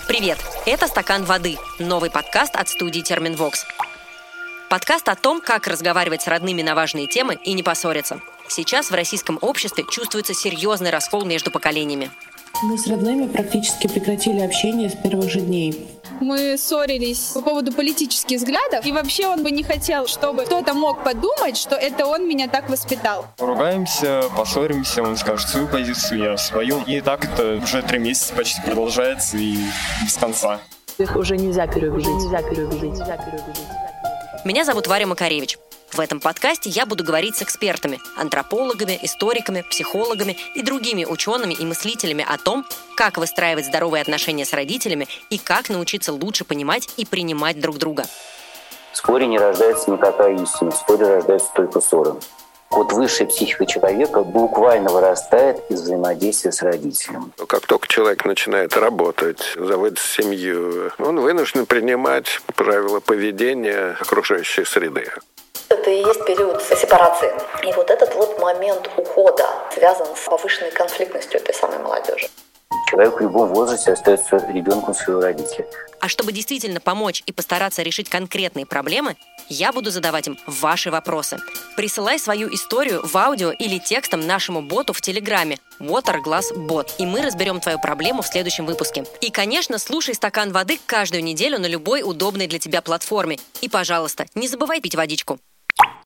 Привет! Это «Стакан воды» – новый подкаст от студии Терминвокс. Подкаст о том, как разговаривать с родными на важные темы и не поссориться. Сейчас в российском обществе чувствуется серьезный раскол между поколениями. Мы с родными практически прекратили общение с первых же дней. Мы ссорились по поводу политических взглядов, и вообще он бы не хотел, чтобы кто-то мог подумать, что это он меня так воспитал. Ругаемся, поссоримся, он скажет свою позицию, я свою. И так это уже 3 месяца почти продолжается и без конца. Их уже нельзя переубедить. Меня зовут Варя Макаревич. В этом подкасте я буду говорить с экспертами, антропологами, историками, психологами и другими учеными и мыслителями о том, как выстраивать здоровые отношения с родителями и как научиться лучше понимать и принимать друг друга. В споре не рождается никакая истина, в споре рождаются только ссоры. Вот высшая психика человека буквально вырастает из взаимодействия с родителем. Как только человек начинает работать, заводит семью, он вынужден принимать правила поведения окружающей среды. Это и есть период сепарации. И вот этот вот момент ухода связан с повышенной конфликтностью этой самой молодежи. Человек в любом возрасте остается ребенком своего родителя. А чтобы действительно помочь и постараться решить конкретные проблемы, я буду задавать им ваши вопросы. Присылай свою историю в аудио или текстом нашему боту в Телеграме WaterGlassBot, и мы разберем твою проблему в следующем выпуске. И, конечно, слушай «Стакан воды» каждую неделю на любой удобной для тебя платформе. И, пожалуйста, не забывай пить водичку.